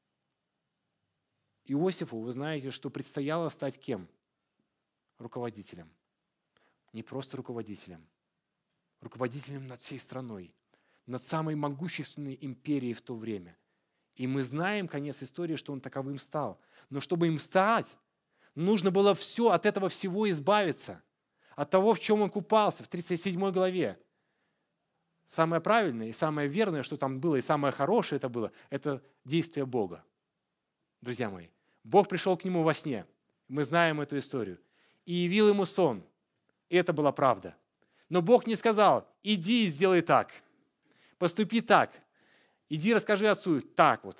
Иосифу, вы знаете, что предстояло стать кем? Руководителем. Не просто руководителем. Руководителем над всей страной, над самой могущественной империей в то время. И мы знаем конец истории, что он таковым стал. Но чтобы им стать, нужно было от этого всего избавиться. От того, в чем он купался, в 37 главе. Самое правильное и самое верное, что там было, и самое хорошее это действие Бога. Друзья мои, Бог пришел к нему во сне. Мы знаем эту историю. И явил ему сон. И это была правда. Но Бог не сказал: иди и сделай так. Поступи так. Иди расскажи отцу так вот.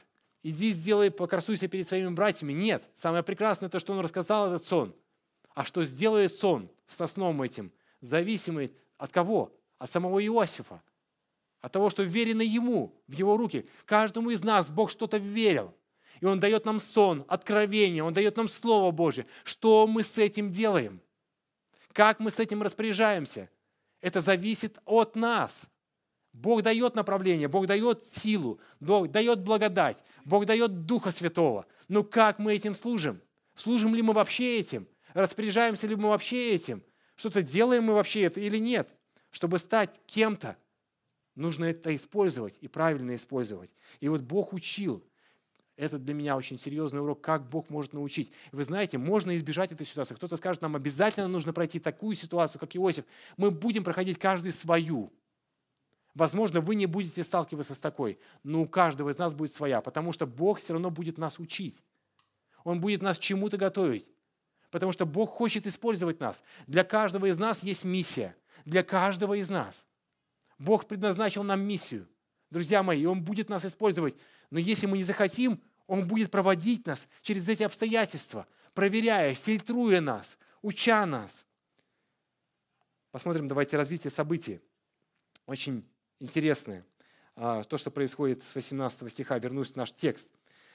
иди сделай, покрасуйся перед своими братьями. Нет, самое прекрасное то, что он рассказал этот сон. А что сделает сон со сном этим, зависимый от кого? От самого Иосифа. От того, что верено ему, в его руки. Каждому из нас Бог что-то верил. И Он дает нам сон, откровение, Он дает нам Слово Божье. Что мы с этим делаем? Как мы с этим распоряжаемся? Это зависит от нас. Бог дает направление, Бог дает силу, Бог дает благодать, Бог дает Духа Святого. Но как мы этим служим? Служим ли мы вообще этим? Распоряжаемся ли мы вообще этим? Что-то делаем мы вообще это или нет? Чтобы стать кем-то, нужно это использовать и правильно использовать. И вот Бог учил. Это для меня очень серьезный урок, как Бог может научить. Вы знаете, можно избежать этой ситуации. Кто-то скажет, нам обязательно нужно пройти такую ситуацию, как Иосиф. Мы будем проходить каждый свою. Возможно, вы не будете сталкиваться с такой, но у каждого из нас будет своя, потому что Бог все равно будет нас учить. Он будет нас чему-то готовить, потому что Бог хочет использовать нас. Для каждого из нас есть миссия. Для каждого из нас. Бог предназначил нам миссию. Друзья мои, и Он будет нас использовать. Но если мы не захотим, Он будет проводить нас через эти обстоятельства, проверяя, фильтруя нас, уча нас. Посмотрим, давайте, развитие событий. Очень интересное. То, что происходит с 18 стиха. Вернусь в наш текст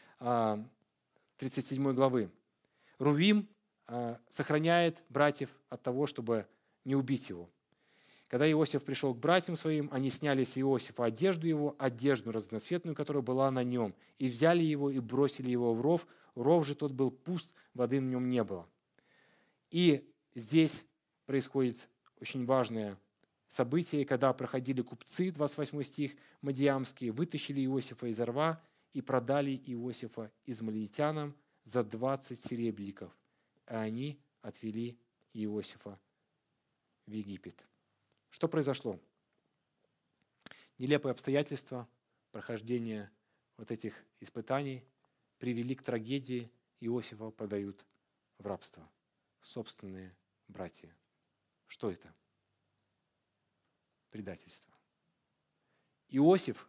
37 главы. Рувим сохраняет братьев от того, чтобы не убить его. Когда Иосиф пришел к братьям своим, они сняли с Иосифа одежду его, одежду разноцветную, которая была на нем, и взяли его и бросили его в ров. Ров же тот был пуст, воды в нем не было. И здесь происходит очень важное событие, когда проходили купцы, 28 стих, мадиамские, вытащили Иосифа из рва и продали Иосифа измаильтянам за 20 серебряников, а они отвели Иосифа в Египет. Что произошло? Нелепые обстоятельства прохождения вот этих испытаний привели к трагедии. Иосифа продают в рабство. Собственные братья. Что это? Предательство. Иосиф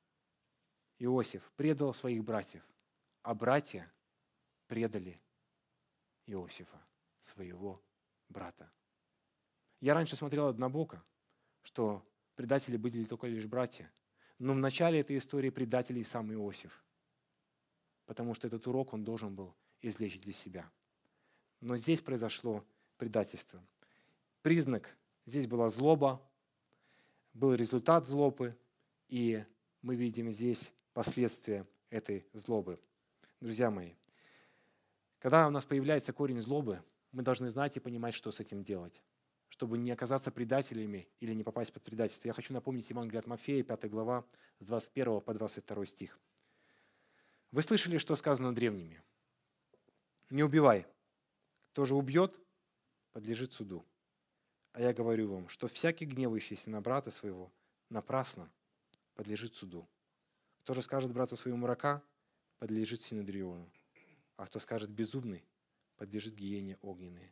предал своих братьев, а братья предали Иосифа, своего брата. Я раньше смотрел однобоко, что предатели были только лишь братья. Но в начале этой истории предателей сам Иосиф. Потому что этот урок он должен был извлечь для себя. Но здесь произошло предательство. Признак, здесь была злоба, был результат злобы, и мы видим здесь последствия этой злобы. Друзья мои, когда у нас появляется корень злобы, мы должны знать и понимать, что с этим делать, чтобы не оказаться предателями или не попасть под предательство. Я хочу напомнить Евангелие от Матфея, 5 глава, с 21 по 22 стих. Вы слышали, что сказано древними? Не убивай. Кто же убьет, подлежит суду. А я говорю вам, что всякий гневающийся на брата своего напрасно подлежит суду. Кто же скажет брату своему рака, подлежит синедриону. А кто скажет безумный, подлежит гиене огненной.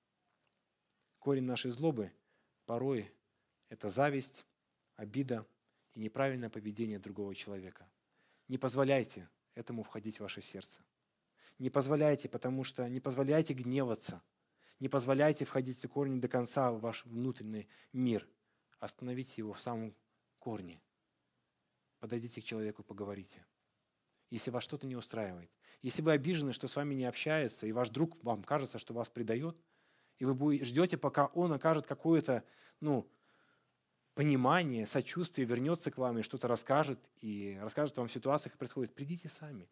Корень нашей злобы порой это зависть, обида и неправильное поведение другого человека. Не позволяйте этому входить в ваше сердце. Не позволяйте, потому что не позволяйте гневаться. Не позволяйте входить в корень до конца в ваш внутренний мир. Остановите его в самом корне. Подойдите к человеку и поговорите. Если вас что-то не устраивает, если вы обижены, что с вами не общается, и ваш друг вам кажется, что вас предает, и вы ждете, пока он окажет какое-то понимание, сочувствие, вернется к вам и что-то расскажет вам ситуацию, как происходит, придите сами.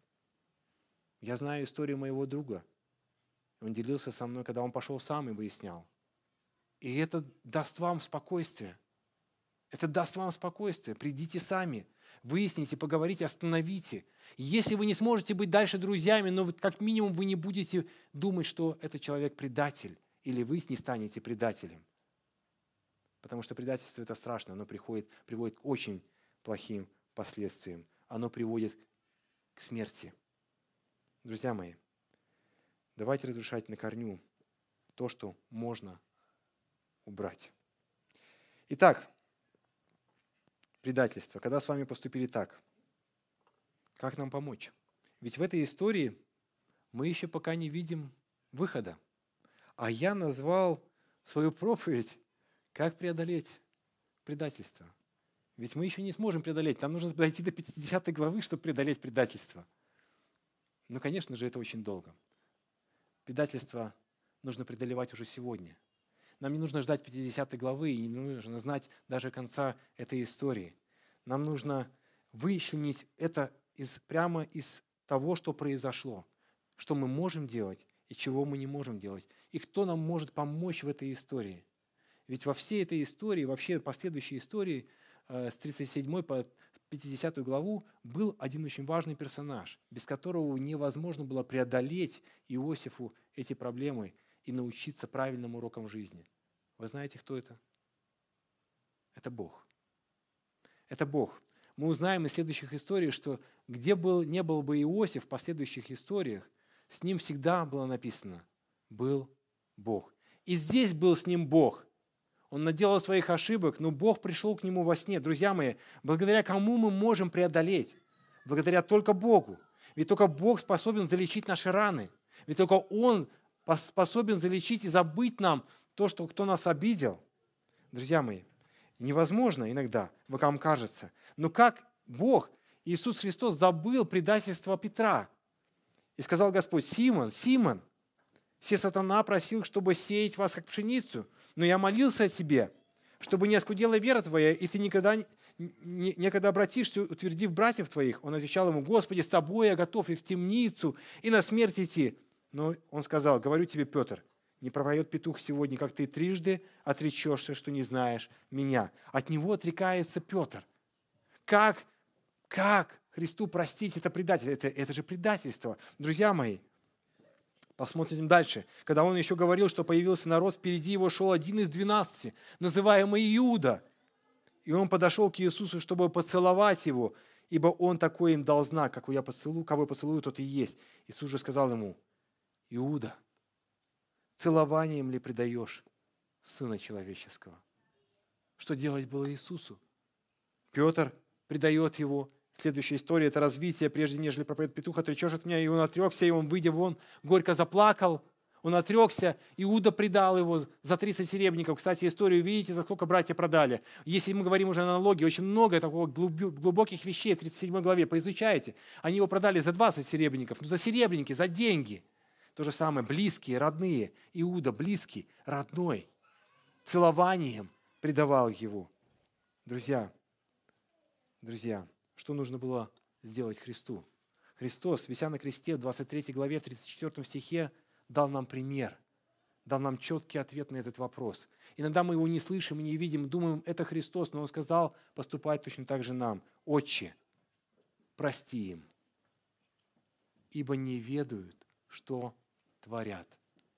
Я знаю историю моего друга. Он делился со мной, когда он пошел сам и выяснял. И это даст вам спокойствие. Это даст вам спокойствие. Придите сами, выясните, поговорите, остановите. Если вы не сможете быть дальше друзьями, но как минимум вы не будете думать, что этот человек предатель, или вы не станете предателем. Потому что предательство это страшно, оно приводит к очень плохим последствиям. Оно приводит к смерти. Друзья мои, давайте разрушать на корню то, что можно убрать. Итак, предательство. Когда с вами поступили так, как нам помочь? Ведь в этой истории мы еще пока не видим выхода. А я назвал свою проповедь «Как преодолеть предательство». Ведь мы еще не сможем преодолеть. Нам нужно дойти до 50 главы, чтобы преодолеть предательство. Но, конечно же, это очень долго. Предательство нужно преодолевать уже сегодня. Нам не нужно ждать 50 главы, и не нужно знать даже конца этой истории. Нам нужно вычленить это прямо из того, что произошло, что мы можем делать и чего мы не можем делать, и кто нам может помочь в этой истории. Ведь во всей этой истории, вообще последующей истории, с 37 по 50 главу, был один очень важный персонаж, без которого невозможно было преодолеть Иосифу эти проблемы и научиться правильным урокам жизни. Вы знаете, кто это? Это Бог. Это Бог. Мы узнаем из следующих историй, что где не был бы Иосиф в последующих историях, с ним всегда было написано «был Бог». И здесь был с ним Бог. Он наделал своих ошибок, но Бог пришел к нему во сне. Друзья мои, благодаря кому мы можем преодолеть? Благодаря только Богу. Ведь только Бог способен залечить наши раны. Ведь только Он способен залечить и забыть нам то, кто нас обидел. Друзья мои, невозможно иногда, вам кажется. Но как Бог, Иисус Христос, забыл предательство Петра? И сказал Господь: «Симон, Симон, сатана просил, чтобы сеять вас, как пшеницу, но я молился о тебе, чтобы не оскудела вера твоя, и ты некогда обратишься, утвердив братьев твоих». Он отвечал ему: «Господи, с тобой я готов и в темницу, и на смерть идти». Но он сказал: «Говорю тебе, Петр, не пропоет петух сегодня, как ты трижды отречешься, что не знаешь меня». От него отрекается Петр. Как Христу простить это предательство? Это же предательство. Друзья мои, посмотрим дальше. Когда он еще говорил, что появился народ, впереди его шел один из 12, называемый Иуда. И он подошел к Иисусу, чтобы поцеловать его, ибо он такой им дал знак: кого я поцелую, тот и есть. Иисус же сказал ему: «Иуда, целованием ли предаешь Сына Человеческого?» Что делать было Иисусу? Петр предает его. Следующая история – это развитие. Прежде нежели пропоет петух, отречешь от меня. И он отрекся, и он, выйдя вон, горько заплакал. Он отрекся, Иуда предал его за 30 серебряников. Кстати, историю видите, за сколько братья продали. Если мы говорим уже о аналогии, очень много такого глубоких вещей в 37 главе. Поизучайте. Они его продали за 20 серебряников. За серебряники, за деньги. То же самое, близкие, родные. Иуда, близкий, родной. Целованием предавал его. Друзья, что нужно было сделать Христу? Христос, вися на кресте в 23 главе, в 34 стихе, дал нам пример, дал нам четкий ответ на этот вопрос. Иногда мы его не слышим и не видим, думаем, это Христос, но Он сказал поступать точно так же нам. «Отче, прости им, ибо не ведают, что творят».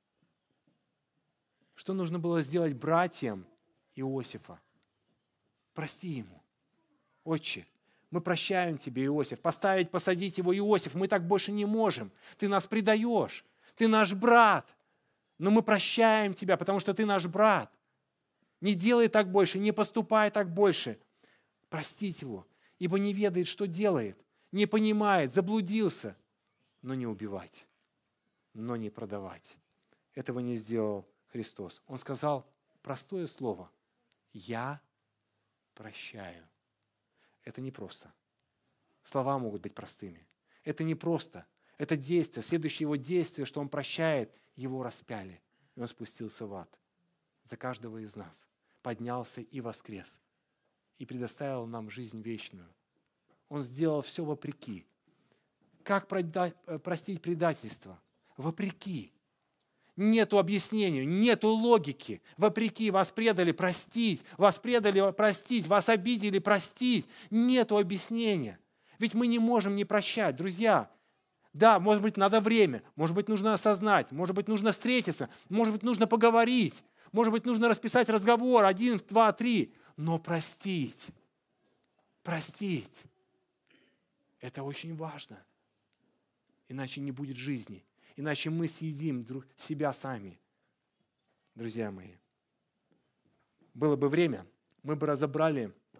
Что нужно было сделать братьям Иосифа? Прости ему. «Отче, мы прощаем тебе, Иосиф». Посадить его: «Иосиф, мы так больше не можем. Ты нас предаешь. Ты наш брат. Но мы прощаем тебя, потому что ты наш брат. Не делай так больше, не поступай так больше». Простить его, ибо не ведает, что делает, не понимает, заблудился. Но не убивать, но не продавать. Этого не сделал Христос. Он сказал простое слово: «Я прощаю». Это непросто. Слова могут быть простыми. Это непросто. Это действие. Следующее его действие, что он прощает, его распяли. И он спустился в ад за каждого из нас. Поднялся и воскрес. И предоставил нам жизнь вечную. Он сделал все вопреки. Как простить предательство? Вопреки. Нету объяснения, нету логики. Вопреки, вас предали, простить. Вас предали, простить. Вас обидели, простить. Нету объяснения. Ведь мы не можем не прощать, друзья. Да, может быть, надо время. Может быть, нужно осознать. Может быть, нужно встретиться. Может быть, нужно поговорить. Может быть, нужно расписать разговор 1, 2, 3. Но простить. Простить. Это очень важно. Иначе не будет жизни. Иначе мы съедим себя сами. Друзья мои, было бы время, мы бы разобрали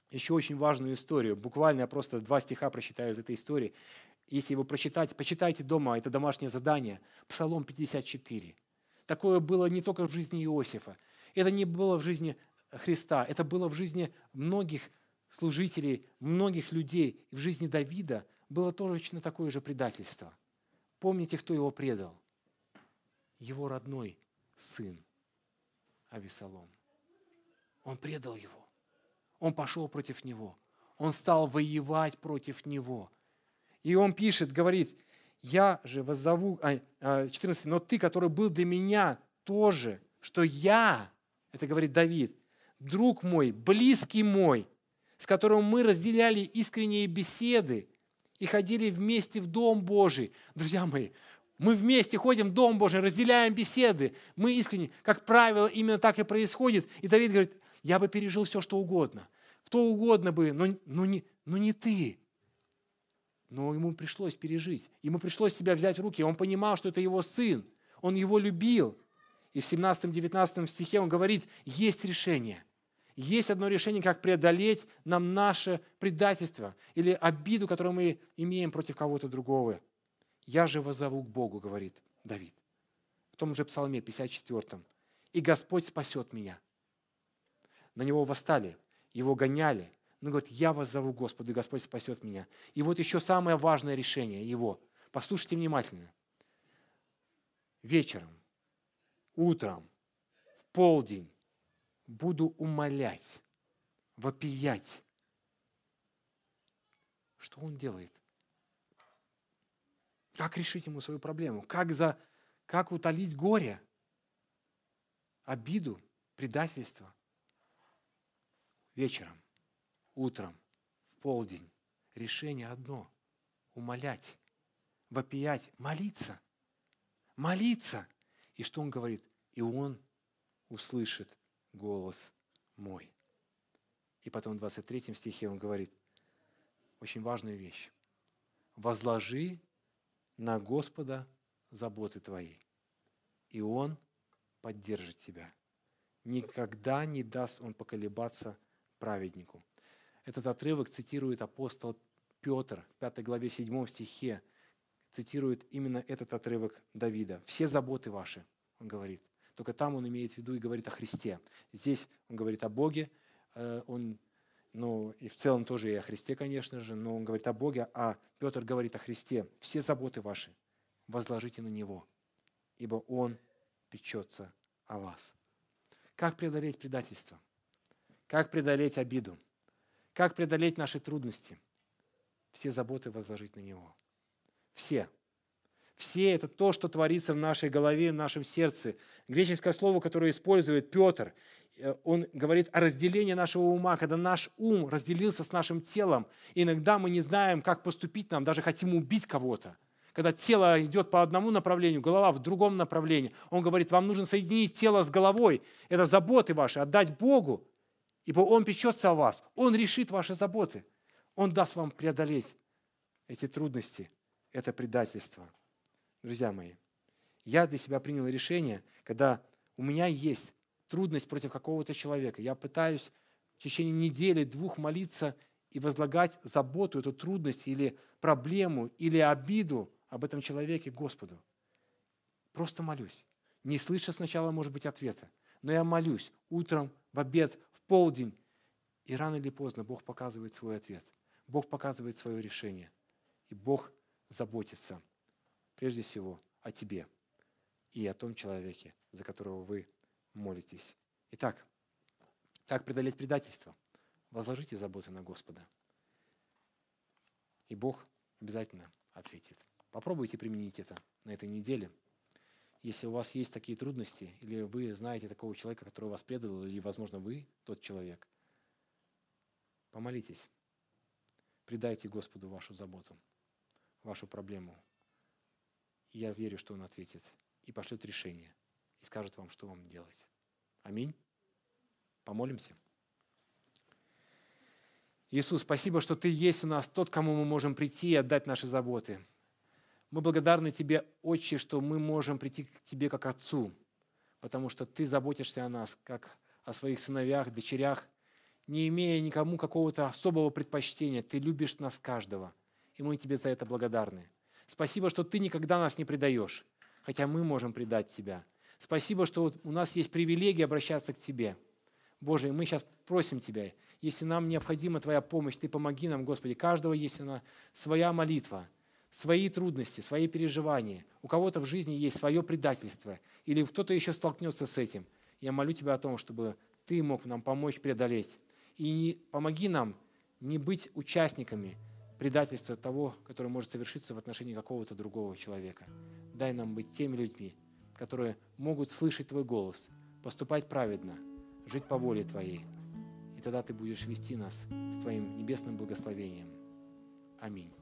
еще очень важную историю. Буквально я просто 2 стиха прочитаю из этой истории. Если его прочитать, почитайте дома, это домашнее задание. Псалом 54. Такое было не только в жизни Иосифа. Это не было в жизни Христа. Это было в жизни многих служителей, многих людей. И в жизни Давида было точно такое же предательство. Помните, кто его предал? Его родной сын Авесолом. Он предал его. Он пошел против него. Он стал воевать против него. И он пишет, говорит, я же воззову, 14, но ты, который был для меня тоже, что я, это говорит Давид, друг мой, близкий мой, с которым мы разделяли искренние беседы и ходили вместе в Дом Божий. Друзья мои, мы вместе ходим в Дом Божий, разделяем беседы, мы искренне, как правило, именно так и происходит. И Давид говорит, я бы пережил все, что угодно, кто угодно бы, но не ты. Но ему пришлось пережить, ему пришлось себя взять в руки, он понимал, что это его сын, он его любил. И в 17-19 стихе он говорит, есть решение. Есть одно решение, как преодолеть нам наше предательство или обиду, которую мы имеем против кого-то другого. «Я же воззову к Богу», говорит Давид, в том же Псалме 54, «и Господь спасет меня». На него восстали, его гоняли, но говорит, я воззову Господу, и Господь спасет меня. И вот еще самое важное решение его. Послушайте внимательно. Вечером, утром, в полдень буду умолять, вопиять. Что он делает? Как решить ему свою проблему? Как утолить горе, обиду, предательство? Вечером, утром, в полдень. Решение одно – умолять, вопиять, молиться. Молиться. И что он говорит? И он услышит голос мой. И потом в 23 стихе он говорит очень важную вещь. Возложи на Господа заботы твои, и Он поддержит тебя. Никогда не даст Он поколебаться праведнику. Этот отрывок цитирует апостол Петр в 5 главе 7 стихе. Цитирует именно этот отрывок Давида. «Все заботы ваши», он говорит. Только там он имеет в виду и говорит о Христе. Здесь он говорит о Боге, и в целом тоже и о Христе, конечно же, но он говорит о Боге, а Петр говорит о Христе. «Все заботы ваши возложите на Него, ибо Он печется о вас». Как преодолеть предательство? Как преодолеть обиду? Как преодолеть наши трудности? Все заботы возложить на Него. Все. Все – это то, что творится в нашей голове, в нашем сердце. Греческое слово, которое использует Петр, он говорит о разделении нашего ума, когда наш ум разделился с нашим телом. И иногда мы не знаем, как поступить нам, даже хотим убить кого-то. Когда тело идет по одному направлению, голова в другом направлении. Он говорит, вам нужно соединить тело с головой. Это заботы ваши, отдать Богу, ибо Он печется о вас. Он решит ваши заботы. Он даст вам преодолеть эти трудности, это предательство. Друзья мои, я для себя принял решение, когда у меня есть трудность против какого-то человека, я пытаюсь в течение недели, 2 молиться и возлагать заботу, эту трудность или проблему, или обиду об этом человеке Господу. Просто молюсь. Не слыша сначала, может быть, ответа, но я молюсь утром, в обед, в полдень, и рано или поздно Бог показывает свой ответ. Бог показывает свое решение. И Бог заботится прежде всего о тебе и о том человеке, за которого вы молитесь. Итак, как преодолеть предательство? Возложите заботы на Господа. И Бог обязательно ответит. Попробуйте применить это на этой неделе. Если у вас есть такие трудности, или вы знаете такого человека, который вас предал, или, возможно, вы тот человек, помолитесь. Предайте Господу вашу заботу, вашу проблему. И я верю, что Он ответит и пошлет решение, и скажет вам, что вам делать. Аминь. Помолимся. Иисус, спасибо, что Ты есть у нас тот, к кому мы можем прийти и отдать наши заботы. Мы благодарны Тебе, Отче, что мы можем прийти к Тебе как Отцу, потому что Ты заботишься о нас, как о своих сыновьях, дочерях. не имея никому какого-то особого предпочтения. Ты любишь нас каждого, и мы тебе за это благодарны. Спасибо, что Ты никогда нас не предаешь, хотя мы можем предать Тебя. Спасибо, что у нас есть привилегия обращаться к Тебе. Боже, и мы сейчас просим Тебя, если нам необходима Твоя помощь, Ты помоги нам, Господи. Каждого есть своя молитва, свои трудности, свои переживания. У кого-то в жизни есть свое предательство, или кто-то еще столкнется с этим. Я молю Тебя о том, чтобы Ты мог нам помочь преодолеть. И помоги нам не быть участниками предательства того, которое может совершиться в отношении какого-то другого человека. Дай нам быть теми людьми, которые могут слышать Твой голос, поступать праведно, жить по воле Твоей. И тогда Ты будешь вести нас с Твоим небесным благословением. Аминь.